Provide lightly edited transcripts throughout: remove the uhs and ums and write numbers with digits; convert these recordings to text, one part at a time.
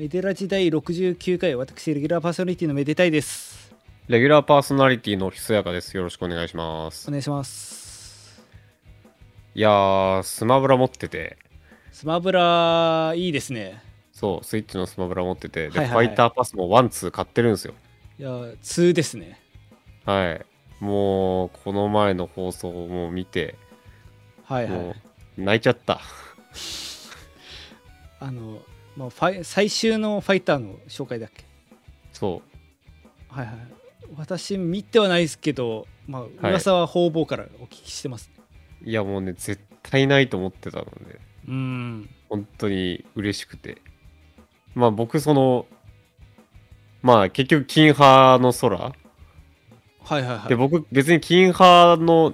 メデラ時代69回、私レギュラーパーソナリティのめでたいです。 レギュラーパーソナリティのひそやかです。よろしくお願いします。 お願いします。 いやー、スマブラ持ってて、 スマブラいいですね。 そう、スイッチのスマブラ持ってて、で、 はいはいはい。 ファイターパスも1、2買ってるんですよ。 いや2ですね。 はい。もう、この前の放送も見て、 はいはい。 もう、泣いちゃった。 あの、まあ、最終のファイターの紹介だっけ。 そはいはい。私見てはないですけど、まあう。はい。 噂は方々からお聞きしてますね。 いや、もうね、絶対ないと思ってたので、 うーん。 本当に嬉しくて。まあ、僕、まあ、結局、金派の空で、 はいはいはい。 僕、別に金派の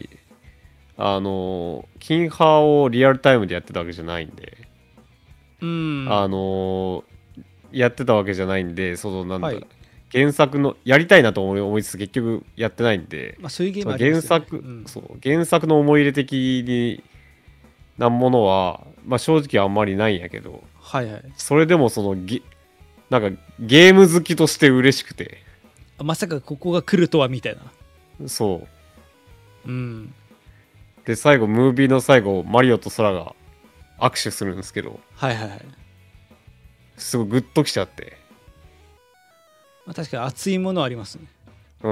金派をリアルタイムでやってたわけじゃないんで、 うーあん。 のやってたわけじゃないんで、 はい。 原作の、やりたいなと思いつつ結局やってないんで、 まあそういうゲーそのムありますよね。うん。 原作の思い入れ的なものは、まあ正直あんまりないんやけど、 はいはい。 それでもなんかゲーム好きとして嬉しくて、 まさかここが来るとはみたいな。 そうん。 う。で、最後、ムービーの最後、マリオとソラが握手するんですけど、 はいはいはい。 すごいグッときちゃって、 まあ、確かに熱いものはありますね。 うん。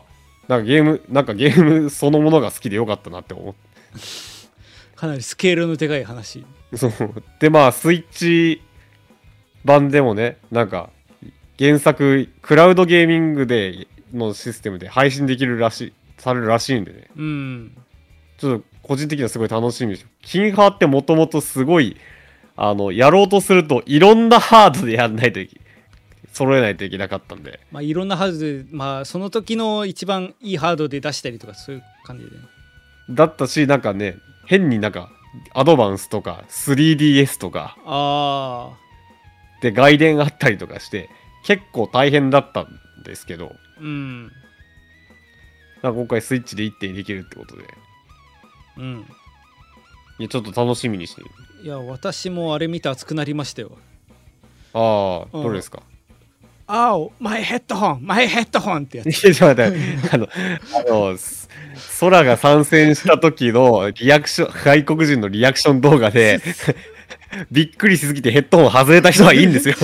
なんかゲームそのものが好きでよかったなって思って。 かなりスケールのでかい話。 そう。で、まあ、スイッチ版でもね、なんか、原作、クラウドゲーミングでのシステムで配信できるされるらしいんでね。 うん。 ちょっと個人的にはすごい楽しみですよ。キンハーってもともとすごい、やろうとするといろんなハードでやんないと揃えないといけなかったんで。 まあいろんなハードで、まあその時の一番いいハードで出したりとかそういう感じでね。 だったし、なんかね、変になんか、アドバンスとか 3DS とかああ、 で外伝あったりとかして、結構大変だったんですけど、 うん。 なんか今回スイッチで1.0できるってことで、 うん。 いや、ちょっと楽しみにしてる。 いや、私もあれ見て熱くなりましたよ。 ああ、 うん。 どれですか？ あお、マイヘッドホン、マイヘッドホンってやいや、 つ。 ちょっと待って、空が参戦した時のリアクション、外国人のリアクション動画で、びっくりしすぎてヘッドホン外れた人はいいんですよ。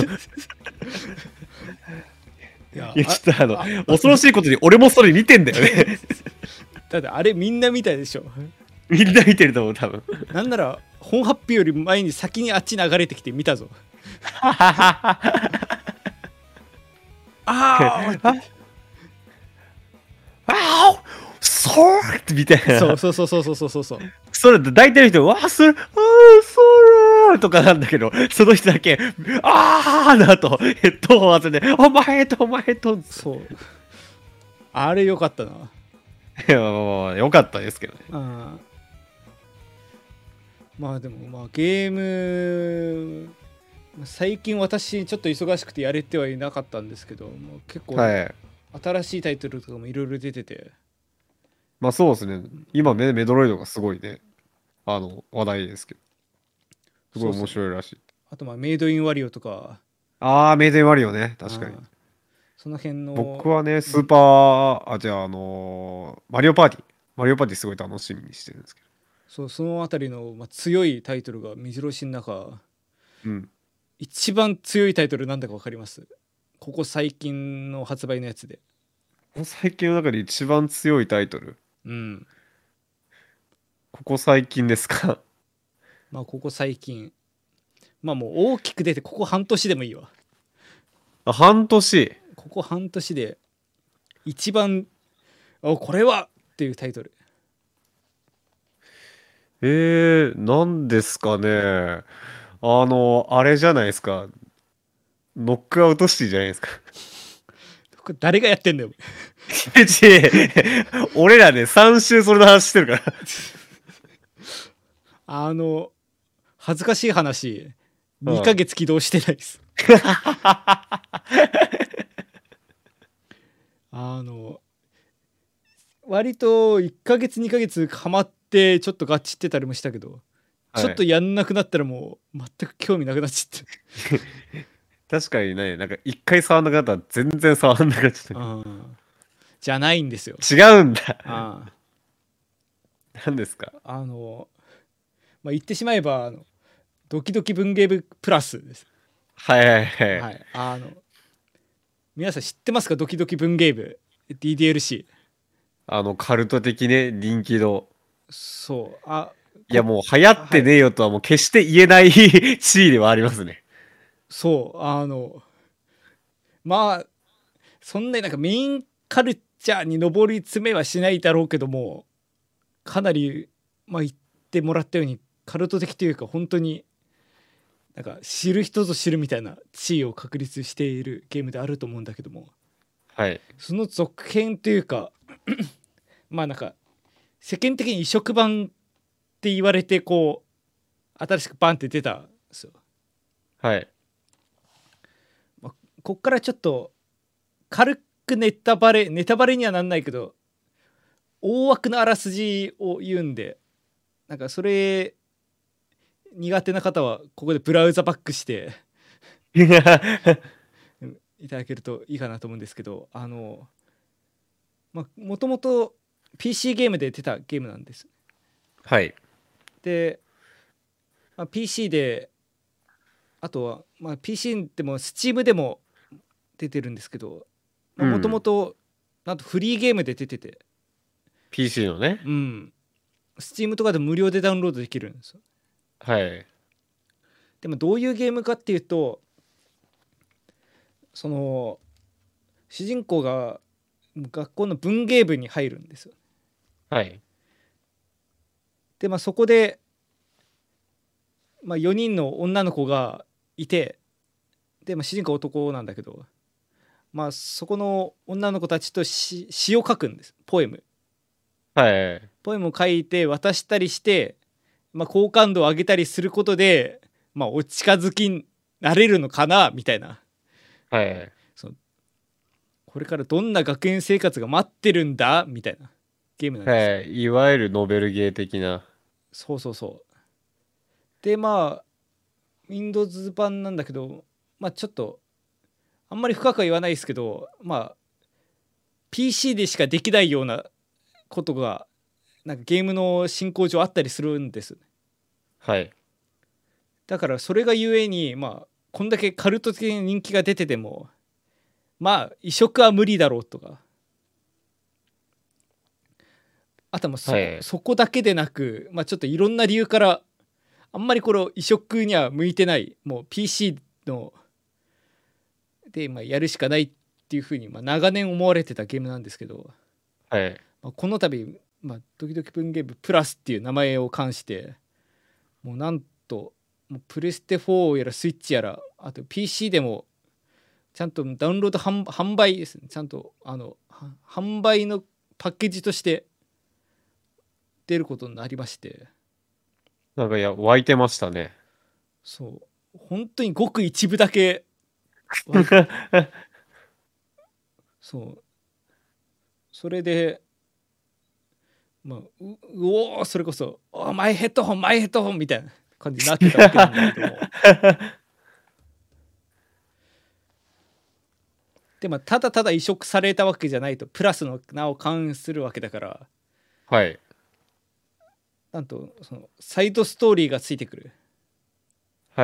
いや、 いや、ちょっとあ、 恐ろしいことに俺もそれ見てんだよね。 だってあれみんな見たでしょ。 みんな見てると思う、多分。 なんなら本発表より前に先にあっち流れてきて見たぞ。あーって。 ああそうってみたいな。 そうそうそうそうそうそうそう。 それ大体の人、わあ、そうとかなんだけど、その人だけ、あーなと、ヘッドホン外れて、お前と、 そう。あれよかったな。 いや、まあよかったですけどね。 うん。まあでもまあゲーム最近私ちょっと忙しくてやれてはいなかったんですけど、もう結構はい。 新しいタイトルとかもいろいろ出てて、 まあそうですね。今メドロイドがすごいね、話題ですけど、すごい面そうっすね。 白いらしい。 あとまあメイドインワリオとか、 あー、メイデンワリオね。確かに。 あその辺の、 僕はね、 うん、 じゃあ、マリオパーティー。マリオパーティーすごい楽しみにしてるんですけそうそのあたりの、まあ、強いタイトルが目白押しの中、 ど。うん。 一番強いタイトルなんだかわかります？ここ最近の発売のやつで。 最近の中で一番強いタイトル。 うん。 ここ最近ですか？ まあここ最近、まあもう大きく出てここ半年でもいいわ。 あ、半年。 ここ半年で一番、これはっていうタイトル。 何ですかね。あれじゃないですか。ノックアウトシティじゃないですか。 これ誰がやってんだよ。 俺らね、3週それの話してるから。 あの恥ずかしい話、2 うん。 ヶ月起動してないです。あの割と1ヶ月2ヶ月ハマってちょっとガチってたりもしたけど、ちょっとはい。 やんなくなったらもう全く興味なくなっちゃって。 確かにね、なんか一回触んなかったら全然触んなかった。 うん、じゃないんですよ。 違うんだ。 あ何ですか？ あまあ、言ってしまえばドキドキ文芸部プラスです。 はいはいはい。 はい、皆さん知ってますか？ドキドキ文芸部 DDLC。 カルト的ね、人気の。 そう、 いやもう流行ってはい、 ねえよとはもう決して言えない地位ではありますね。 そうまあそんなになんかメインカルチャーに上り詰めはしないだろうけども、かなりまあ言ってもらったようにカルト的というか、本当になんか知る人ぞ知るみたいな地位を確立しているゲームであると思うんだけども、 はい。 その続編というかまあなんか世間的に移植版って言われてこう新しくバンって出たんですよ。 はい。 まあ、こっからちょっと軽くネタバレにはなんないけど大枠のあらすじを言うんで、なんかそれ苦手な方はここでブラウザバックしていただけるといいかなと思うんですけど、もともと PC ゲームで出たゲームなんです。 はい。 で、PC であとは、PC でも Steam でも出てるんですけど、もともうん。 となんとフリーゲームで出てて、 PC のね。 うん、Steam とかで無料でダウンロードできるんですよ。 はい。 でもどういうゲームかっていうと、その主人公が学校の文芸部に入るんですよ。 はい。 でそこで、4人の女の子がいて、で、主人公男なんだけど、そこの女の子たちと詩を書くんです。 はい。 ポエムを書いて渡したりして、好感度を上げたりすることで、お近づきになれるのかなみたいな。 はい。 そのこれからどんな学園生活が待ってるんだみたいなゲームなんです。 はい。いわゆるノベルゲー的な。 そうそうそう。でWindows 版なんだけど、ちょっとあんまり深くは言わないですけど、PC でしかできないようなことがなんかゲームの進行上あったりするんです。 はい。 だからそれがゆえにこんだけカルト的に人気が出てても移植は無理だろうとか、あとははい。 そこだけでなく、ちょっといろんな理由からあんまりこの移植には向いてない、もう PC のでやるしかないっていうふうに長年思われてたゲームなんですけど、 はい。 この度、ドキドキ文芸部プラスっていう名前を冠してもうなんともうプレステ4やらスイッチやらあと PC でもちゃんとダウンロード販売ですね、ちゃんと販売のパッケージとして出ることになりまして、 なんか湧いてましたね。 そう本当にごく一部だけ湧いてて、そうそれでおそれこそマイヘッドホンマイヘッドホンみたいな感じになってたわけなんだけども、でただただ移植されたわけじゃないと、プラスの名を冠するわけだから、 はい。 なんとそのサイドストーリーがついてくる。 はい。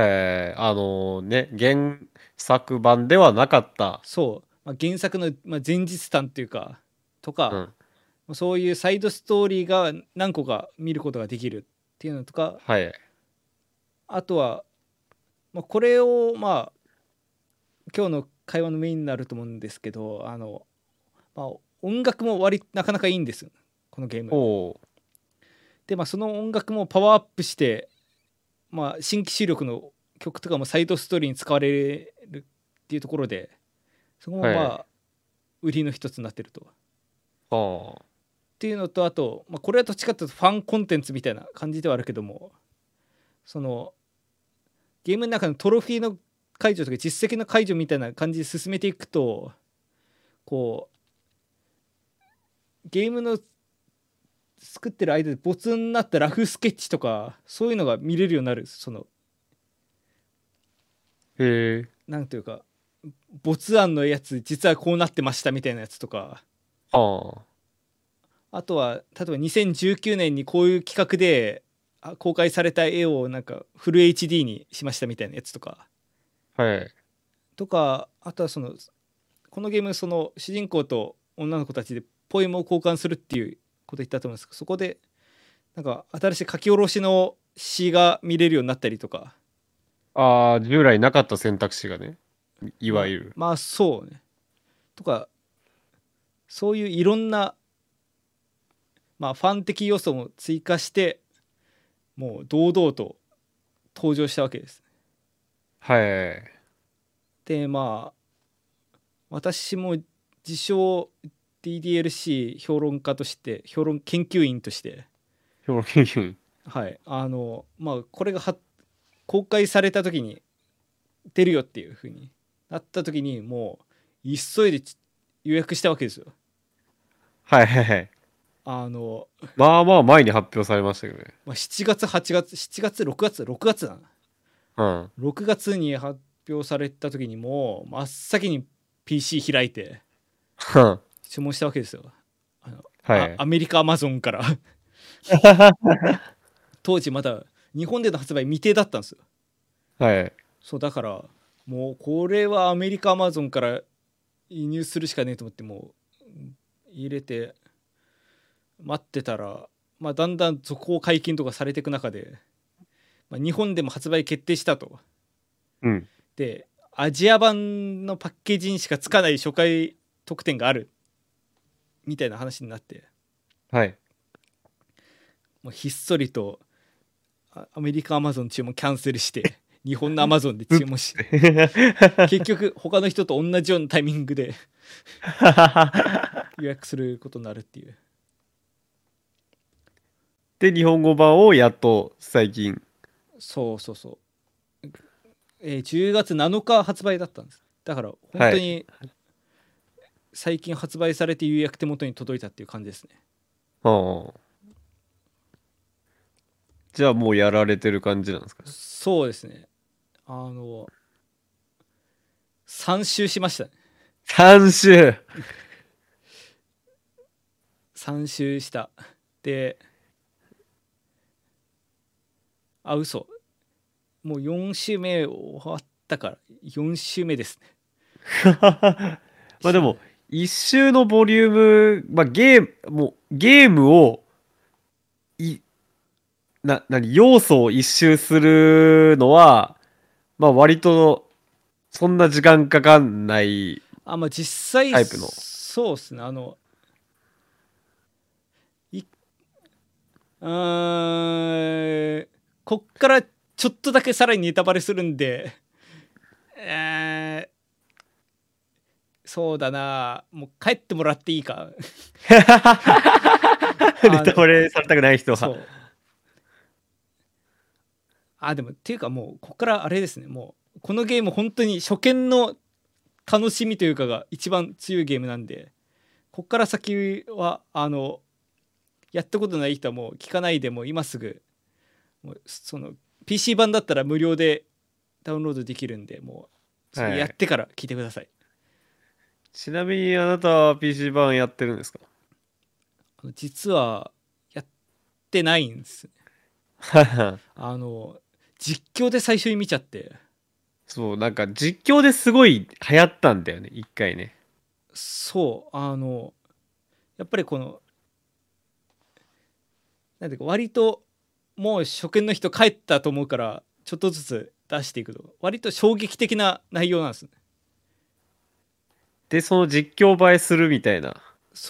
ね、原作版ではなかった。 そう、原作の、前日譚っていうかとか、 うん。 そういうサイドストーリーが何個か見ることができるっていうのとか、 はい。 あとは、これを今日の会話のメインになると思うんですけど、音楽もなかなかいいんですこのゲームおう。 で。その音楽もパワーアップして、新規収録の曲とかもサイドストーリーに使われるっていうところで、そこもはい。 売りの一つになってると。っはあ。 ていうのと、あと、これはどっちかというとファンコンテンツみたいな感じではあるけども、そのゲームの中のトロフィーの解除とか実績の解除みたいな感じで進めていくと、こうゲームの作ってる間で没になったラフスケッチとかそういうのが見れるようになる。 へえ。 なんというか没案のやつ実はこうなってましたみたいなやつとか、 はあとは例えば2019年にこういう企画で公開された絵をなんかフル HD にしましたみたいなやつとか、 あ。はい。 あとはそのこのゲームその主人公と女の子たちでポエムを交換するっていうこと言ったと思うんですけど、そこでなんか新しい書き下ろしの詩が見れるようになったりとか、 ああ、従来なかった選択肢がね。いわゆる。 まあそうねとか、そういういろんなまあファン的要素も追加してもう堂々と登場したわけです。 はい。 でまあ私も自称 DDLC 評論家として評論研究員として兵庫県。 はいまあこれが公開された時に出るよっていう風になった時にもう急いで予約したわけですよ。 はいはいはい。 あの、 まあまあ前に発表されましたけどね。 7月8月7月6月だな、 うん。 6月に発表された時にもう真っ先に PC 開いては注文したわけですよ。 い。 アメリカアマゾンから当時まだ日本での発売未定だったんですよ。 はい。 そうだからもうこれはアメリカアマゾンから輸入するしかねえと思ってもう入れて待ってたら、まあ、だんだん続報解禁とかされていく中で、まあ、日本でも発売決定したと。 うん。 でアジア版のパッケージにしかつかない初回特典があるみたいな話になって、 はい。 もうひっそりとアメリカアマゾン注文キャンセルして日本のアマゾンで注文し結局他の人と同じようなタイミングで予約することになるっていう。 で、日本語版をやっと最近。 そうそうそう、10月7日発売だったんです。だから本はい。 当に最近発売されて予約手元に届いたっていう感じですね。 はあ。じゃあもうやられてる感じなんですかね。 そうですね、あの3周しましたね。 3週。 3周した。で嘘、もう4週目終わったから4週目ですね。 まあでも、一周のボリューム、まあゲームを、い、要素を一周するのは、まあ割と、そんな時間かかんないまあ実際タイプの。 そうですね、うーんこっからちょっとだけさらにネタバレするんで、えーそうだな、もう帰ってもらっていいか。 ネタバレされたくない人は。 そうでもっていうかもうこっからあれですね、もうこのゲーム本当に初見の楽しみというかが一番強いゲームなんで、こっから先はやったことない人はもう聞かないでもう今すぐもうその PC 版だったら無料でダウンロードできるんで、もうそれはい。 やってから聞いてください。 ちなみにあなたは PC 版やってるんですか？ 実はやってないんです。 はいはい。 あの実況で最初に見ちゃって、 そう、なんか実況ですごい流行ったんだよね、一回ね。 そうやっぱりこのなんていうか割ともう初見の人帰ったと思うからちょっとずつ出していくと割と衝撃的な内容なんですね。 で、その実況映えするみたいな。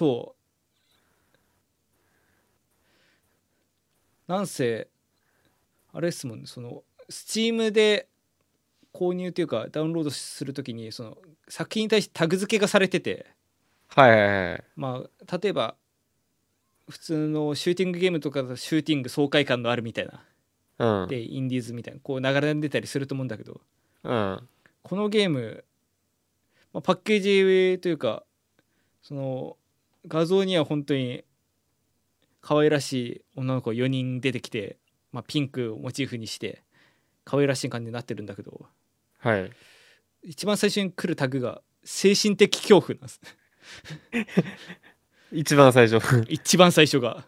なんせあれですもんね、そのスチームで購入というかダウンロードするときにその作品に対してタグ付けがされてて、 はいはいはい。 まあ例えば普通のシューティングゲームとかだとシューティング爽快感のあるみたいなうん。 でインディーズみたいなこう流れ出たりすると思うんだけど、 うん。 このゲーム、パッケージというかその画像には本当に可愛らしい女の子4人出てきて、ピンクをモチーフにして可愛らしい感じになってるんだけど、 はい。 一番最初に来るタグが精神的恐怖なんです。 一番最初。 一番最初が。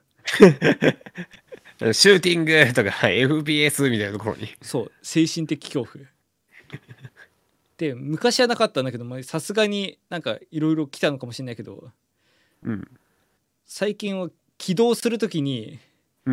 シューティングとか FPS みたいなところに。 そう精神的恐怖で昔はなかったんだけどさすがになんかいろいろ来たのかもしれないけど、 うん。 最近は起動するときに、 うん。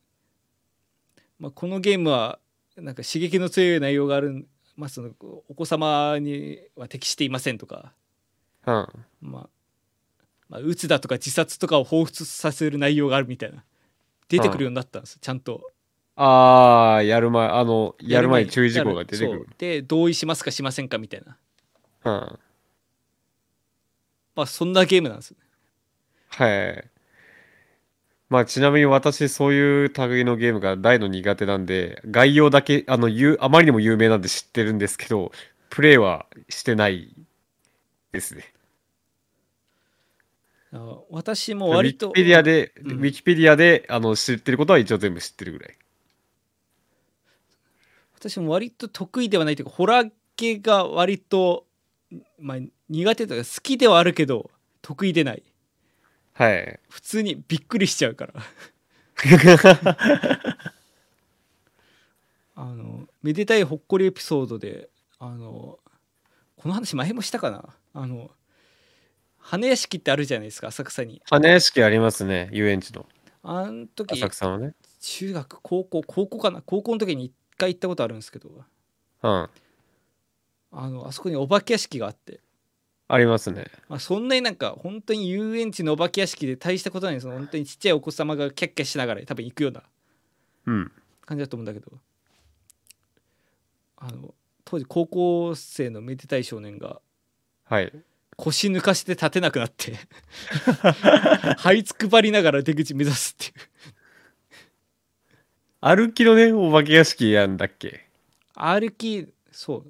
このゲームはなんか刺激の強い内容がある、そのお子様には適していませんとか、 うん。 うつだとか自殺とかを彷彿させる内容があるみたいな出てくるようになったんです、ちゃんと。 ああ、やる前、やる前に注意事項が出てくそうる。 で同意しますかしませんかみたいな、 うん。 そんなゲームなんですよ。 はい。まあ、ちなみに私、そういう類のゲームが大の苦手なんで、概要だけ、あまりにも有名なんで知ってるんですけど、プレイはしてないですね。 私もウィ割と、 キペディアで、 うん、 ウィキペディアで、知ってることは一応全部知ってるぐらい。 私も割と得意ではないというかホラー系が割と、苦手というか好きではあるけど得意でない。 はい。 普通にびっくりしちゃうからめでたいほっこりエピソードでこの話前もしたかな、花屋敷ってあるじゃないですか浅草に。 花屋敷ありますね、遊園地の。 あの時浅草のね。 中学高校かな、高校の時に一回行ったことあるんですけど、 うん。 あそこにお化け屋敷があって、 ありますね。 そんなになんか本当に遊園地のお化け屋敷で大したことないんです。本当にちっちゃいお子様がキャッキャしながら多分行くようなうん。 感じだと思うんだけど、当時高校生のめでたい少年がはい。 腰抜かして立てなくなって這いつくばりながら出口目指すっていう。 歩きのね、お化け屋敷やんだっけ？ 歩き、そう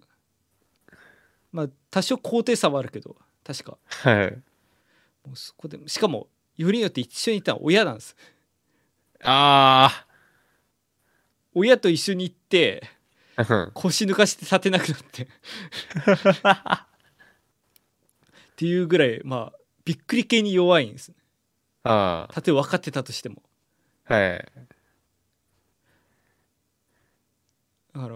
多少高低差はあるけど確かはい。 もうそこでしかもよりによって一緒に行ったのは親なんです。 あ親と一緒に行ってあ。うん。 腰抜かして立てなくなってっていうぐらいびっくり系に弱いんですね。 あたとえ分かってたとしても。 あ。はい。 だから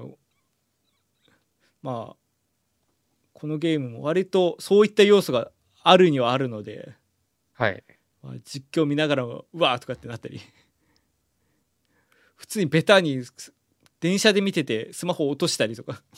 このゲームも割とそういった要素があるにはあるので、 はい。 実況見ながらうわーとかってなったり普通にベタに電車で見ててスマホ落としたりとか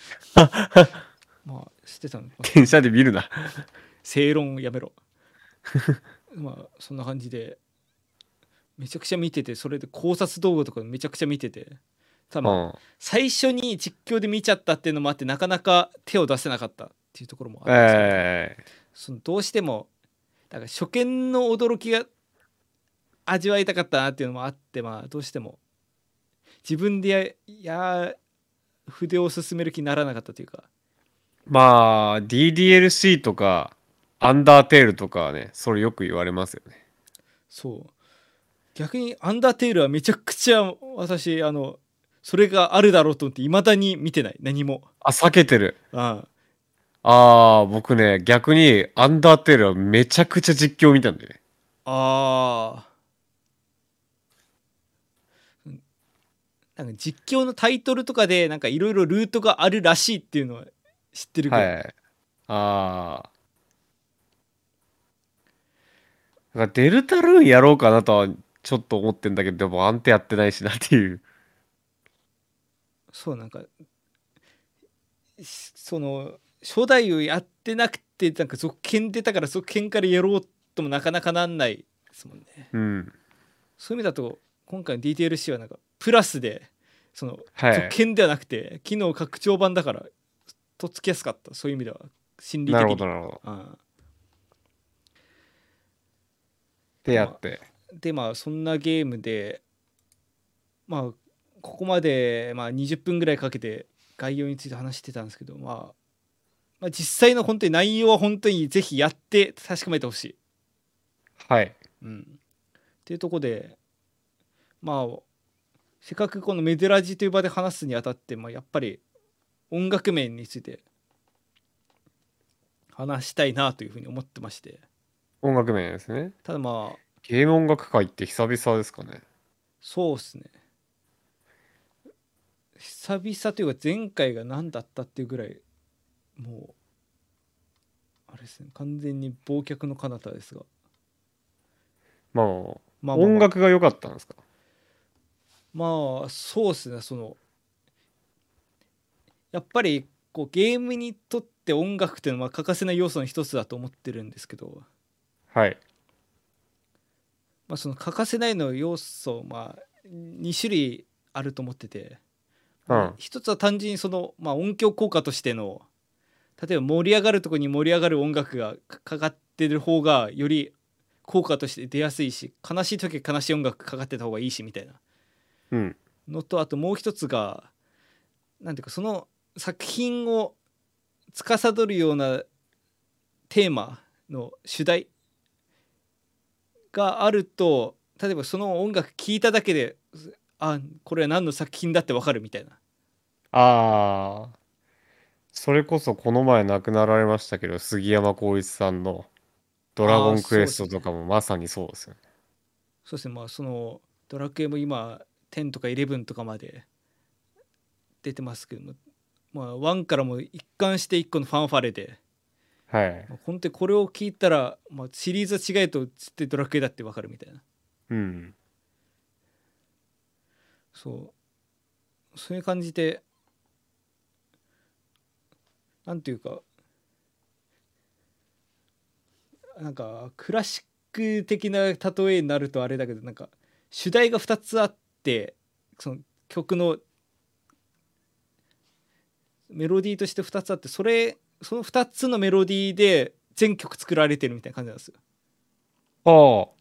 してたの。 電車で見るな。 正論やめろそんな感じでめちゃくちゃ見てて、それで考察動画とかめちゃくちゃ見てて、ただうん。 最初に実況で見ちゃったっていうのもあってなかなか手を出せなかったっていうところもあったんですけど、どうしてもだから初見の驚きが味わいたかったなっていうのもあって、どうしても自分で筆を進める気にならなかったというか。 まあ、DDLC とか、アンダーテールとかはね、それよく言われますよね。 そう逆にアンダーテールはめちゃくちゃ私それがあるだろうと思って未だに見てない何も。 あ、避けてる。 あああ、僕ね、逆に、アンダーテールはめちゃくちゃ実況見たんだよね。 あなんか実況のタイトルとかでなんかいろいろルートがあるらしいっていうのは知ってるぐらい。 はい。ああ。だからデルタルーンやろうかなとは、ちょっと思ってんだけど、でも、アンテやってないしなっていう。 そうなんかその初代をやってなくてなんか続編出たから続編からやろうともなかなかなんないですもんね。 うん。 そういう意味だと今回の DTLC はなんかプラスでその続はい。 編ではなくて機能拡張版だからとっつきやすかった、そういう意味では心理なるほど、 的に。 なるほど。 あでやって。 でそんなゲームでここまで20分ぐらいかけて概要について話してたんですけど、実際の本当に内容は本当にぜひやって確かめてほしい。 はい。 っていうところでせっかくこのメデラジという場で話すにあたって、やっぱり音楽面について話したいなというふうに思ってまして、 音楽面ですね。 ただまあゲーム音楽会って久々ですかね。 そうですね、久々というか前回が何だったっていうぐらい、もうあれですね、完全に忘却の彼方ですが、 まあ、音まあまあまあ楽が良かったんですか？ まあそうですね、そのやっぱりこうゲームにとって音楽っていうのは欠かせない要素の一つだと思ってるんですけど、 はい。 まあ、その欠かせないの要素、まあ、2種類あると思ってて、 うん。 一つは単純にその、まあ、音響効果としての、例えば盛り上がるところに盛り上がる音楽がかかってる方がより効果として出やすいし、悲しい時は悲しい音楽かかってた方がいいしみたいなうん。 のと、あともう一つがなんていうか、その作品を司るようなテーマの主題があると、例えばその音楽聴いただけで、あ、これは何の作品だってわかるみたいな。 ああ、それこそこの前亡くなられましたけど、杉山浩一さんのドラああ、 ゴンクエストとそうですね。 かもまさにそうですよね。 そうですね。まあそのドラクエも今10とか11とかまで出てますけども、まあ1からも一貫して一個のファンファレで、 はい。 まあ、本当にこれを聞いたら、まあ、シリーズは違えとつってドラクエだってわかるみたいな。 うん。 そういう感じで、なんていうか、なんかクラシック的な例えになるとあれだけど、なんか主題が2つあって、その曲のメロディーとして2つあって、その2つのメロディーで全曲作られてるみたいな感じなんですよ。 ああ、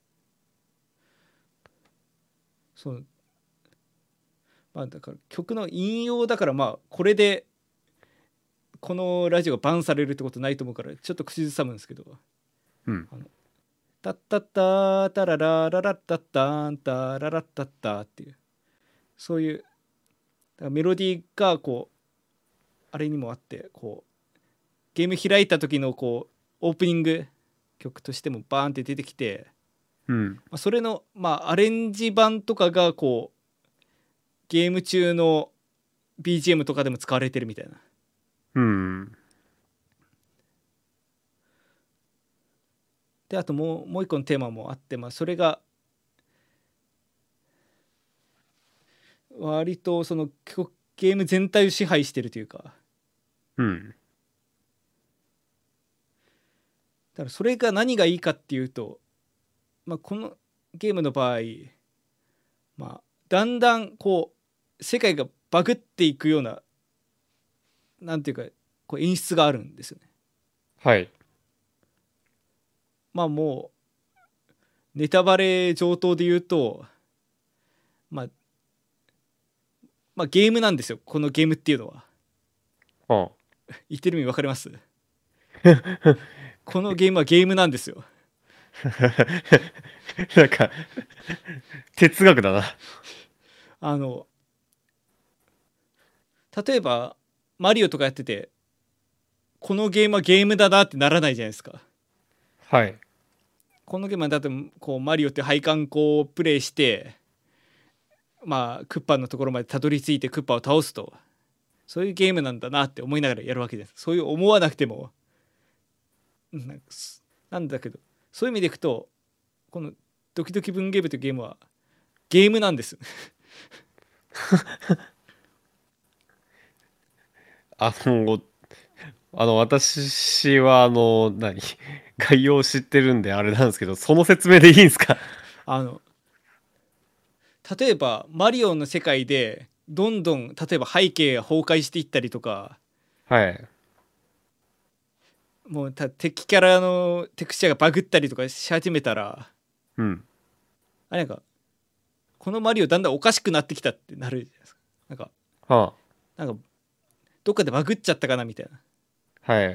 そうまあだから曲の引用だから、まあこれでこのラジオがバンされるってことないと思うからちょっと口ずさむんですけど、 うん。 あのタッタッタータララララッタッタンタララッタッタっていう、そういうだからメロディーがこうあれにもあって、こうゲーム開いた時のこうオープニング曲としてもバーンって出てきて、 うん。 まあ、それのまあアレンジ版とかがこうゲーム中の BGM とかでも使われてるみたいな。 うん。 であともう一個のテーマもあって、まあ、それが割とそのゲーム全体を支配してるというか、 うん。 だからそれが何がいいかっていうと、まあ、このゲームの場合、まあ、だんだんこう世界がバグっていくような、なんていうか、こう演出があるんですよね。 はい。 まあもうネタバレ上等で言うと、まあ、まあゲームなんですよ、このゲームっていうのは。 ああ。 言ってる意味分かります？このゲームはゲームなんですよ。 なんか、哲学だな。 あの例えばマリオとかやってて、このゲームはゲームだなってならないじゃないですか。 はい。 このゲームはだってこうマリオって配管工をプレイして、まあクッパのところまでたどり着いてクッパを倒すと、そういうゲームなんだなって思いながらやるわけです。そういう思わなくてもなんかなんだけど、そういう意味でいくとこのドキドキ文ゲームというゲームはゲームなんです。 あの、私は、概要を知ってるんであれなんですけど、その説明でいいんですか？ あの例えばマリオの世界でどんどん例えば背景が崩壊していったりとか、 はい。 もう敵キャラのテクスチャーがバグったりとかし始めたら、 うん。 あれなんかこのマリオだんだんおかしくなってきたってなるじゃないですか。 はなんかどっかでバグっちゃったかなみたいな。 あ。はい。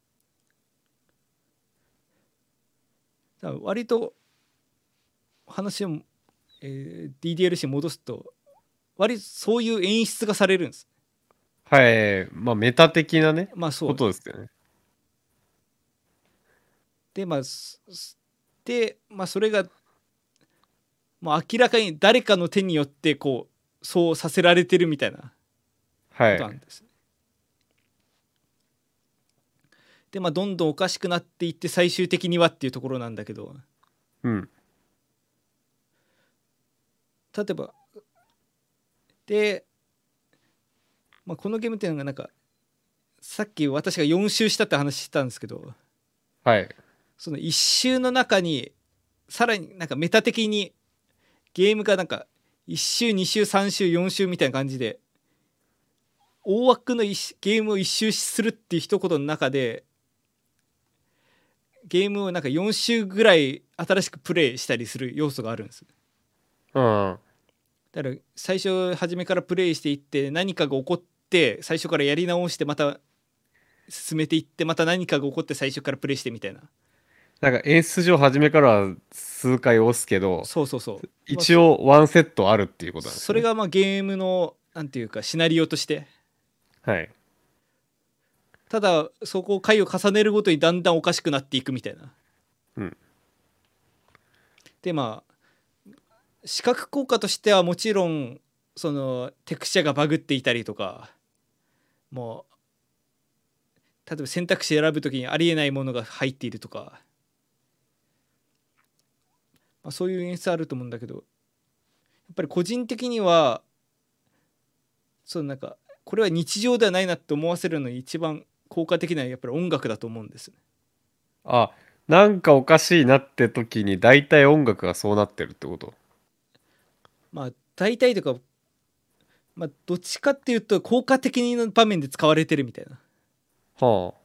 だから割と話を、DDLC に戻すと、割とそういう演出がされるんです。 はい。まあ、メタ的なね、こまあそう。 とですよね。 でそれがもう明らかに誰かの手によってこうそうさせられてるみたいなこはい。 となんですね。でどんどんおかしくなっていって最終的にはっていうところなんだけど、 うん。 例えばで、このゲームっていうのがなんかさっき私が4周したって話したんですけど、 はい。 その1周の中にさらになんかメタ的にゲームがなんか1周2周3周4周みたいな感じで大枠のゲームを1周するっていう一言の中でゲームをなんか4周ぐらい新しくプレイしたりする要素があるんです。 うん。 だから最初初めからプレイしていって何かが起こって最初からやり直してまた進めていってまた何かが起こって最初からプレイしてみたいな。 なんか演出上初めからは数回押すけど、 そうそうそう、 一応ワンセットあるっていうことなんですね。 それがゲームのなんていうかシナリオとして、 はい。 ただそこを回を重ねるごとにだんだんおかしくなっていくみたいな。 うん。 で視覚効果としてはもちろんそのテクスチャがバグっていたりとか、もう例えば選択肢選ぶときにありえないものが入っているとか、そういう演出あると思うんだけど、やっぱり個人的にはそのなんかこれは日常ではないなって思わせるのに一番効果的なのはやっぱり音楽だと思うんです。 あ、なんかおかしいなって時に大体音楽がそうなってるってこと？ 大体というか、どっちかっていうと効果的な場面で使われてるみたいな。 は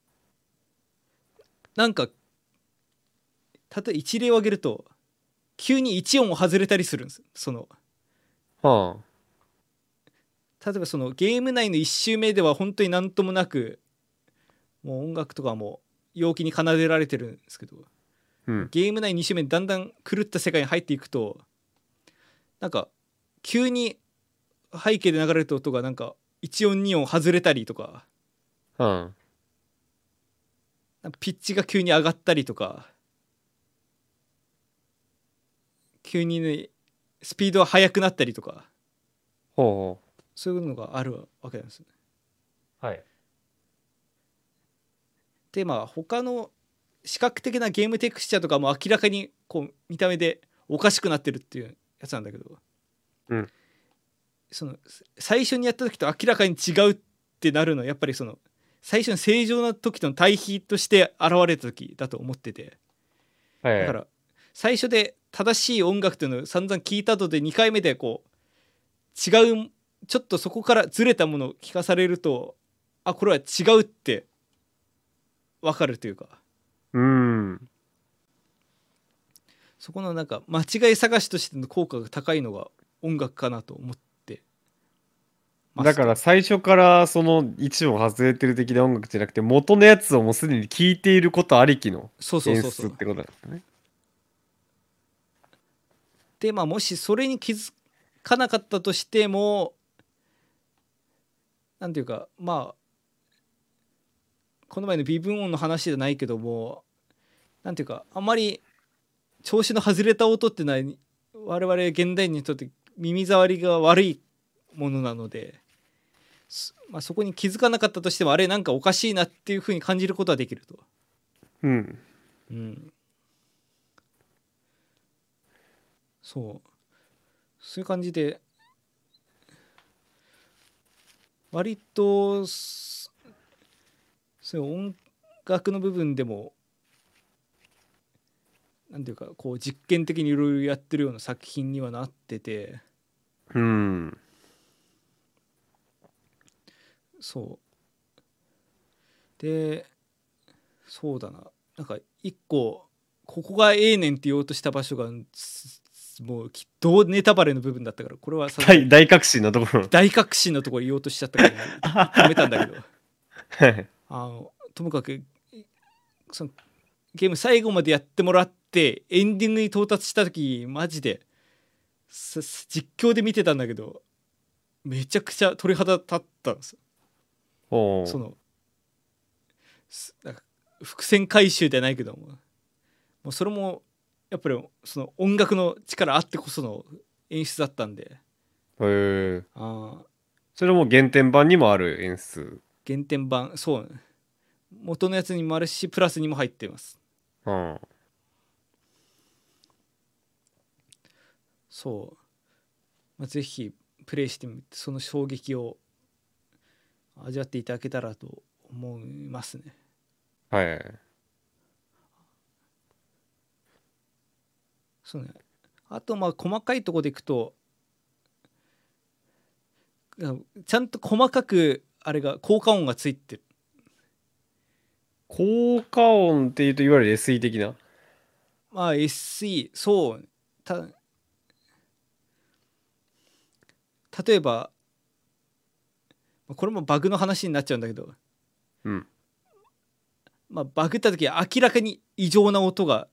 なんか例えば一例を挙げると急に一音を外れたりするんです。 あ。は例えばそのゲーム内の1周目では本当になんともなく、もう音楽とかも陽気に奏でられてるんですけど、 あ。うん。 ゲーム内2周目にだんだん狂った世界に入っていくとなんか急に背景で流れる音がなんか1音2音外れたりとか、 はなんかピッチが急に上がったりとか、急にねスピードが速くなったりとか、 ほそういうのがあるわけなんですね。 う。はい。 で他の視覚的なゲームテクスチャとかも明らかにこう見た目でおかしくなってるっていうやつなんだけど、 うん。 その最初にやった時と明らかに違うってなるのはやっぱりその最初の正常な時との対比として現れた時だと思ってて、 はい。 だから最初で正しい音楽っていうのを散々聞いた後で2回目でこう違うちょっとそこからずれたものを聞かされると、これは違うって分かるというか、 うーん。 そこのなんか間違い探しとしての効果が高いのが音楽かなと思ってますと。 だから最初からその一音外れてる的な音楽じゃなくて元のやつをもうすでに聴いていることありきのそうそう演そうそう。 出ってことなんですね。 でもしそれに気づかなかったとしても、なんていうかこの前の微分音の話じゃないけども、なんていうかあんまり調子の外れた音ってのは我々現代人にとって耳障りが悪いものなので、そこに気づかなかったとしてもあれなんかおかしいなっていうふうに感じることはできると。 うん。 うん、そういう感じで割とそういう音楽の部分でもなんていうかこう実験的にいろいろやってるような作品にはなってて、 うん。 でそうだな、なんか一個ここがええねんって言おうとした場所がもう同ネタバレの部分だったから、これはさすがに大革新のところ。 大革新のところ言おうとしちゃったから止めたんだけど、 はい。 ともかくそのゲーム最後までやってもらってエンディングに到達した時マジで実況で見てたんだけどめちゃくちゃ鳥肌立ったんですよ。 おう。 そのなんか伏線回収じゃないけどもうそれもやっぱりその音楽の力あってこその演出だったんで、 へえ。 あそれも原点版にもある演出。 原点版そう元のやつにもあるしプラスにも入っています。 うん。 そう、まあ、ぜひプレイしてみてその衝撃を味わっていただけたらと思いますね。 はい。 そうね。あとまあ細かいところでいくとちゃんと細かくあれが効果音がついてる。 効果音っていうといわゆる SE 的な。 まあ SE そう例えばこれもバグの話になっちゃうんだけど、 うん。 まあ、バグった時明らかに異常な音が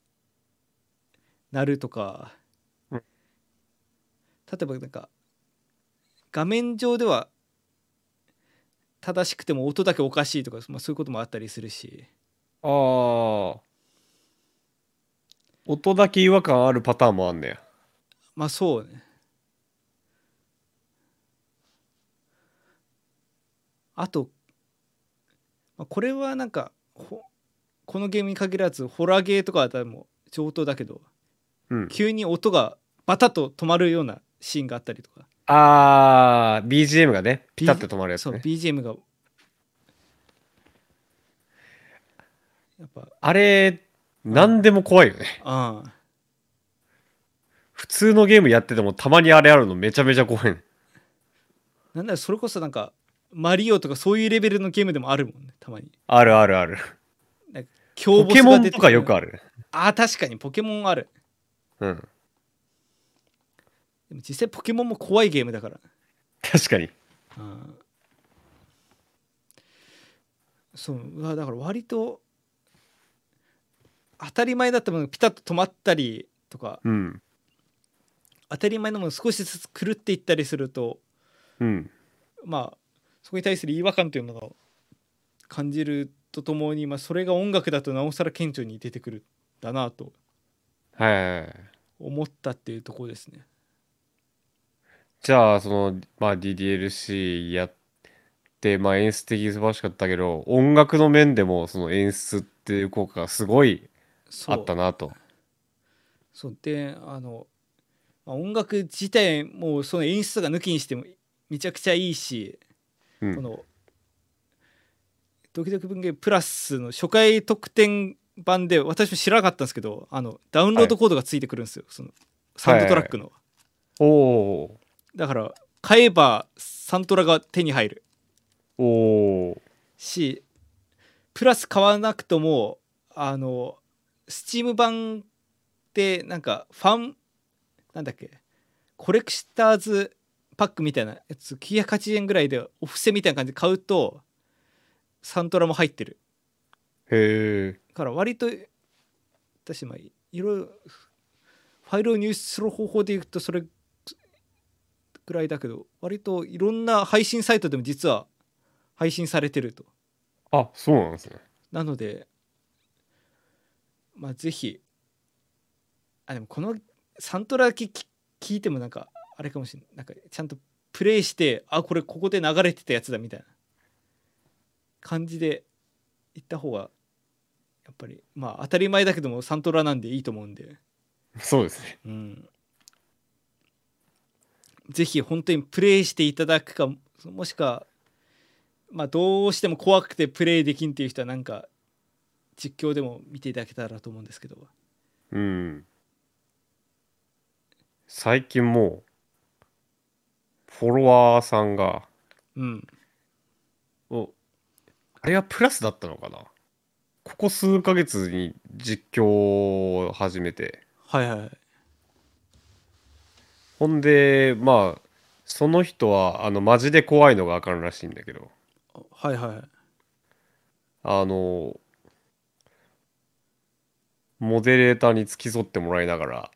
鳴るとか、 うん、 例えばなんか画面上では正しくても音だけおかしいとか、まあ、そういうこともあったりするし、 ああ。音だけ違和感あるパターンもあんねや。 まあそうね。あと、まあ、これはなんかこのゲームに限らずホラーゲーとかだったらもう上等だけど、 うん。 急に音がバタッと止まるようなシーンがあったりとか、 ああ、BGM がね、ピタッと止まるやつそうね。 BGM がやっぱあれ、 うんなんでも怖いよね。 ああ普通のゲームやっててもたまにあれあるのめちゃめちゃ怖いね。 なんだろそれこそなんかマリオとかそういうレベルのゲームでもあるもんねたまに。 あるあるある。 なんか強ポケボスがモンとか出てくる。 よくある。 ああ確かにポケモンある。 うん。 でも実際ポケモンも怖いゲームだから。 確かに。 うんそうだから割と当たり前だったものがピタッと止まったりとか、 うん。 当たり前のもの少しずつ狂っていったりすると、 うん。 まあそこに対する違和感というのを感じるとともに、まあ、それが音楽だとなおさら顕著に出てくるんだなとはいはいはい。 思ったっていうところですね。 じゃあ、まあ DDLC やって、まあ演出的に素晴らしかったけど、音楽の面でもその演出っていう効果がすごいあっそうたなと。 そうでまあ音楽自体もその演出が抜きにしてもめちゃくちゃいいし、 うん。 このドキドキ文芸プラスの初回特典版で私も知らなかったんですけどダウンロはい。 ードコードがついてくるんですよそのサウンはいはいはい。 ドトラックの。 おお。 だから買えばサントラが手に入るおお。 し、プラス買わなくともスチーム版ってなんかファンなんだっけコレクターズパックみたいなやつ980円ぐらいでお布施みたいな感じで買うとサントラも入ってるへえ。 から割と私まあいろいろファイルを入手する方法で言うとそれぐらいだけど割といろんな配信サイトでも実は配信されてると。 あ、そうなんですね。 なのでまあぜひでもこのサントラ聞いてもなんかあれかもしれないなんかちゃんとプレイしてこれここで流れてたやつだみたいな感じで行った方がやっぱりまあ当たり前だけどもサントラなんでいいと思うんで、 そうですね。 うん、ぜひ本当にプレイしていただくかもしくはまあどうしても怖くてプレイできんっていう人はなんか実況でも見ていただけたらと思うんですけど。 うん。最近もう、フォロワーさんが、 うんお、あれはプラスだったのかな、ここ数ヶ月に実況を始めて。 はいはいほんで、まあ、その人は、マジで怖いのがあかんらしいんだけど、 はいはいあの、モデレーターに付き添ってもらいながら、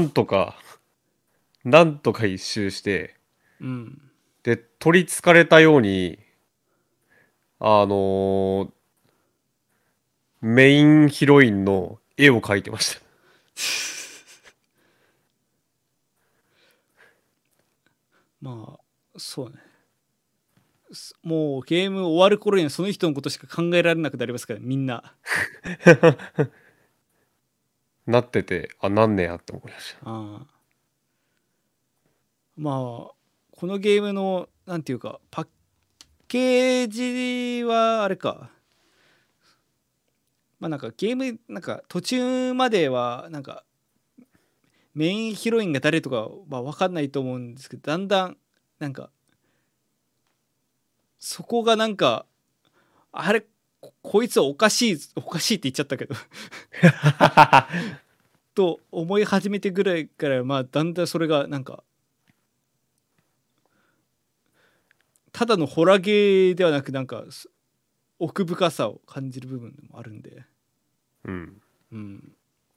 なんとか一周して、 うんで、取り憑かれたように、あの、 メインヒロインの絵を描いてました。 まあそうね。もうゲーム終わる頃にはその人のことしか考えられなくなりますから、みんな。 なってて、あ、なんねやって思いました。 あまあこのゲームのなんていうかパッケージはあれか、まあなんかゲームなんか途中まではなんかメインヒロインが誰とかは分かんないと思うんですけど、だんだんなんかそこがなんかあれこいつおかしいおかしいって言っちゃったけどと思い始めてぐらいからまあだんだんそれがなんかただのホラゲーではなくなんか奥深さを感じる部分もあるんで、 うん。 うん、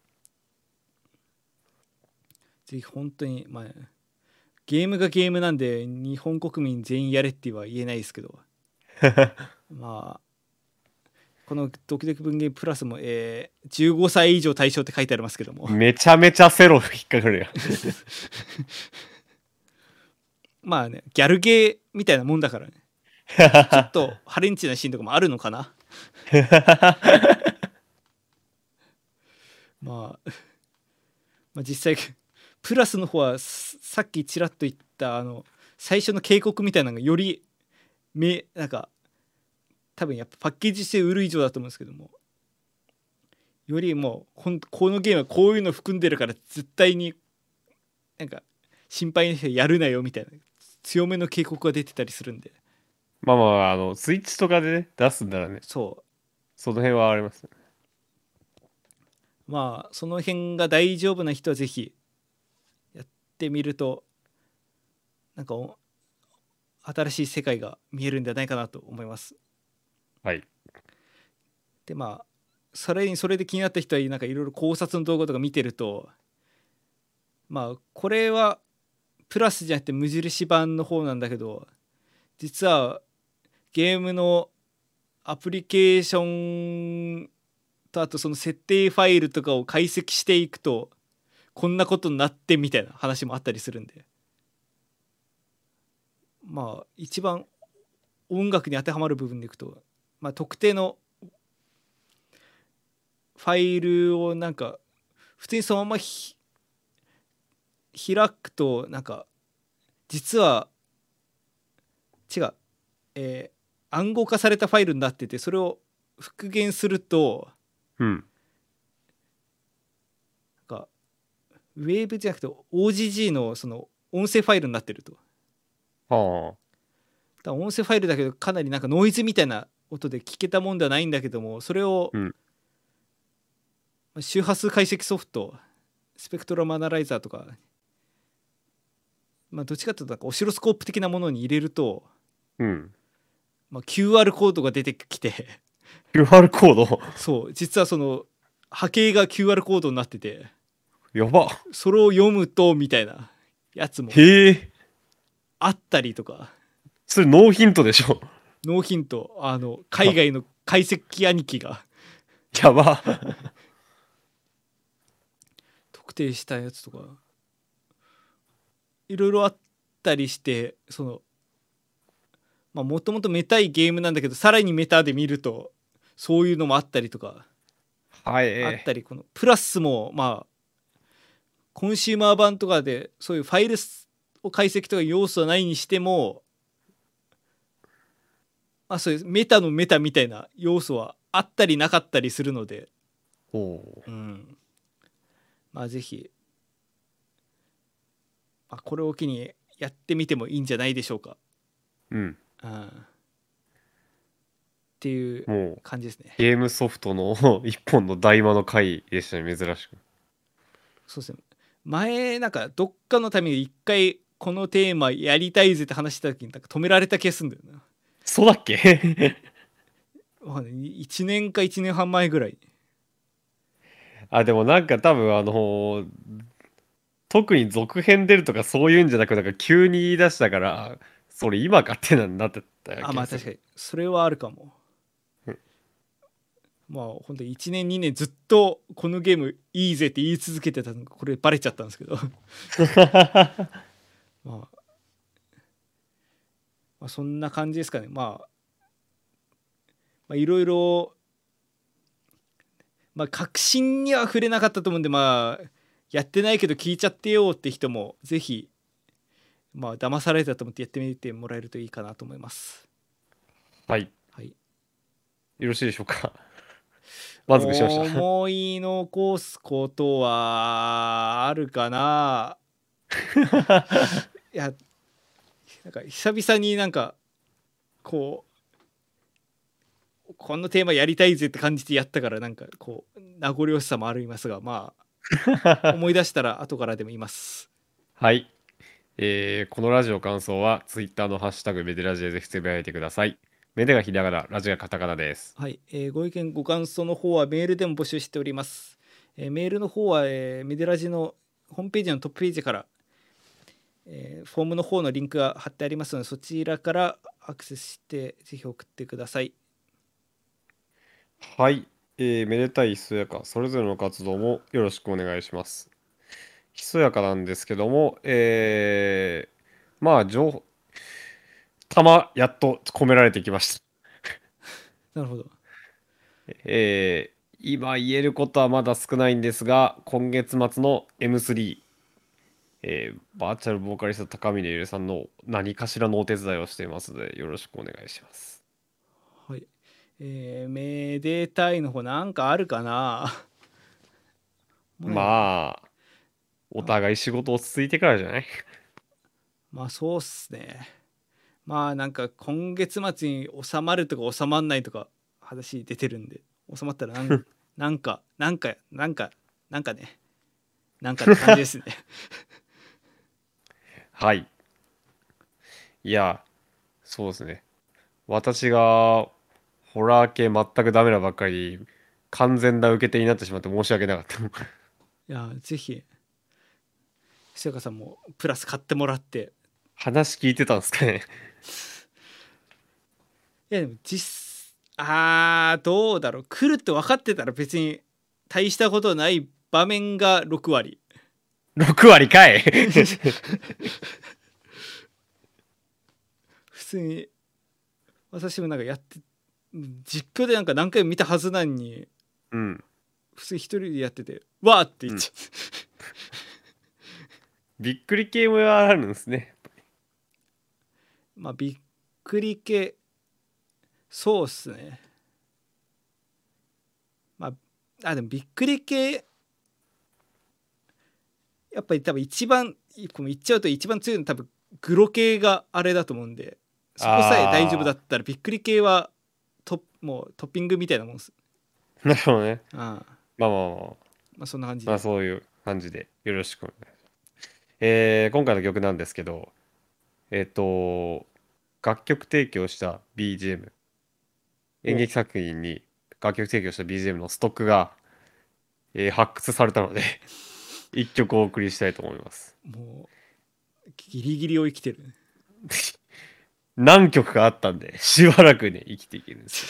ぜひ本当にまあゲームがゲームなんで日本国民全員やれっては言えないですけど、まあこのドキドキ文芸プラスも、15歳以上対象って書いてありますけどもめちゃめちゃセロ引っかかるやん。 まあねギャルゲーみたいなもんだからね、ちょっとハレンチなシーンとかもあるのかな。まあ、まあ実際プラスの方はさっきちらっと言った最初の警告みたいなのがよりなんか多分やっぱパッケージして売る以上だと思うんですけども、よりもうこのゲームはこういうの含んでるから絶対になんか心配な人やるなよみたいな強めの警告が出てたりするんで、 まあまあ、スイッチとかでね、出すんならね、 そその辺はありますよね。 うまあその辺が大丈夫な人はぜひやってみるとなんか新しい世界が見えるんじゃないかなと思います。 はい。 でまあそれで気になった人はなんかいろいろ考察の動画とか見てると、まあこれはプラスじゃなくて無印版の方なんだけど、実はゲームのアプリケーションとあとその設定ファイルとかを解析していくとこんなことになってみたいな話もあったりするんで、まあ一番音楽に当てはまる部分でいくと、まあ、特定のファイルをなんか普通にそのまま開くとなんか実は違う、暗号化されたファイルになってて、それを復元するとうん。 なんかウェーブじゃなくて OGG のその音声ファイルになってると。 はだから音声ファイルだけどかなりなんかノイズみたいな音で聞けたもんではないんだけども、それをあ。うん。 周波数解析ソフトスペクトラムアナライザーとか、まあ、どっちかというとなんかオシロスコープ的なものに入れると、 うん。 まあ、QR コードが出てきて QR コードそう実はその波形が QR コードになってて、 やば。 それを読むとみたいなやつもへえ。 あったりとか、 それノーヒントでしょ。 ノーヒント海外の解析兄貴がやば。 特定したやつとかいろいろあったりして、そのもともとメタいゲームなんだけどさらにメタで見るとそういうのもあったりとかはい。 あったり、このプラスもまあコンシューマー版とかでそういうファイルを解析とか要素はないにしても、そういうメタのメタみたいな要素はあったりなかったりするので、 おうん、まあぜひ、これを機にやってみてもいいんじゃないでしょうか。 うん。 っていうもう、 感じですね。 ゲームソフトの一本の大魔の回でしたね、珍しく。 そうですね。前なんかどっかのために一回このテーマやりたいぜって話した時になんか止められた気がするんだよな。 そうだっけ 1年か1年半前ぐらい。 あ、でもなんか多分特に続編出るとかそういうんじゃなく、なんか急に言い出したから、それ今かってなってた気がする。 まあ確かにそれはあるかも。 まあ本当に1年2年ずっとこのゲームいいぜって言い続けてたのがこれバレちゃったんですけどまあ、まあそんな感じですかね。いろいろ、まあ確信には触れなかったと思うんで、まあやってないけど聞いちゃってよって人もぜひ、まあ騙されたと思ってやってみてもらえるといいかなと思います。 はい。 はい。 よろしいでしょうか。満足しました。 思い残すことはあるかな。いや、なんか久々になんかここのテーマやりたいぜって感じてやったから、なんかこう名残惜しさもありますが、まあ思い出したら後からでも言います。 はい。このラジオ感想は Twitter のハッシュタグメデラジでぜひつぶやいてください。メデがひらがな、ラジがカタカナです。 はい、ご意見ご感想の方はメールでも募集しております。メールの方は、メデラジのホームページのトップページから、フォームの方のリンクが貼ってありますので、そちらからアクセスしてぜひ送ってください。 はい。めでたいひそやか、それぞれの活動もよろしくお願いします。ひそやかなんですけども、まあ、やっと込められてきました。 なるほど。 今言えることはまだ少ないんですが、今月末の M3、バーチャルボーカリスト高峰ゆるさんの何かしらのお手伝いをしていますので、よろしくお願いします。 はい、めでたいの方なんかあるかな。もうね、 まあ、お互い仕事落ち着いてからじゃない？ まあそうっすね。まあなんか今月末に収まるとか収まんないとか話出てるんで、収まったらなんかなんかなんかなんかね、なんかって感じですね。 はい。いや、そうですね。私がホラー系全くダメなばっかり、完全な受け手になってしまって申し訳なかった。 いやぜひひそやかさんもプラス買ってもらって。 話聞いてたんですかね。 いやでもどうだろう、来るって分かってたら別に大したことない場面が6割。 6割かい。 普通に私もなんかやって実況でなんか何回も見たはずなのに、 うん。 普通に一人でやっててわーってうん。 言っちゃびっくり系もあるんですね。 う。まあびっくり系、そうっすね。まあでもびっくり系やっぱり多分一番こう言っちゃうと一番強いのは多分グロ系があれだと思うんで、そこさえ大丈夫だあったらびっくり系はもうトッピングみたいなもんです。 あ、なるほどね。 ああ、 まあまあまあ、 まあそんな感じまあで。 そういう感じでよろしくお願いします。今回の曲なんですけど、えっと、楽曲提供した BGM、演お、 劇作品に楽曲提供した BGM のストックが、発掘されたので一曲お送りしたいと思います。 もうギリギリを生きてる。 何曲かあったんで、しばらくね、生きていけるんですよ。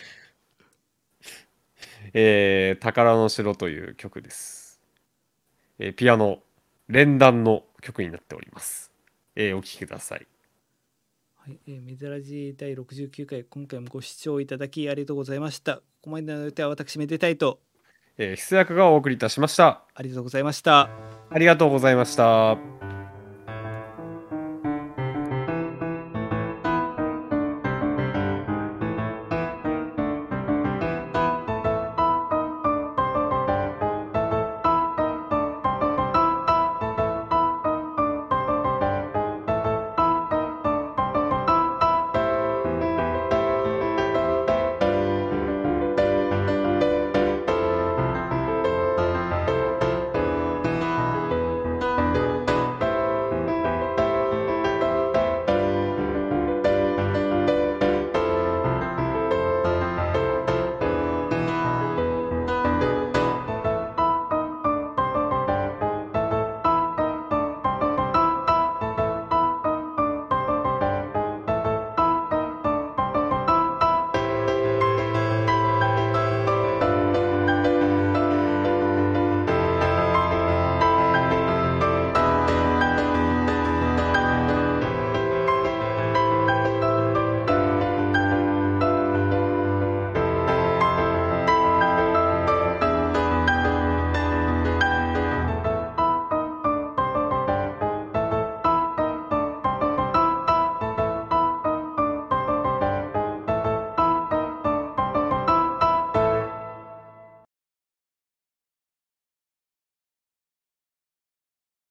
宝の城という曲です。ピアノ、連弾の曲になっております。お聴きください。 はい、メデラジ第69回、今回もご視聴いただきありがとうございました。ここまでの予定は私めでたいと、 出役がお送りいたしました。 ありがとうございました。 ありがとうございました。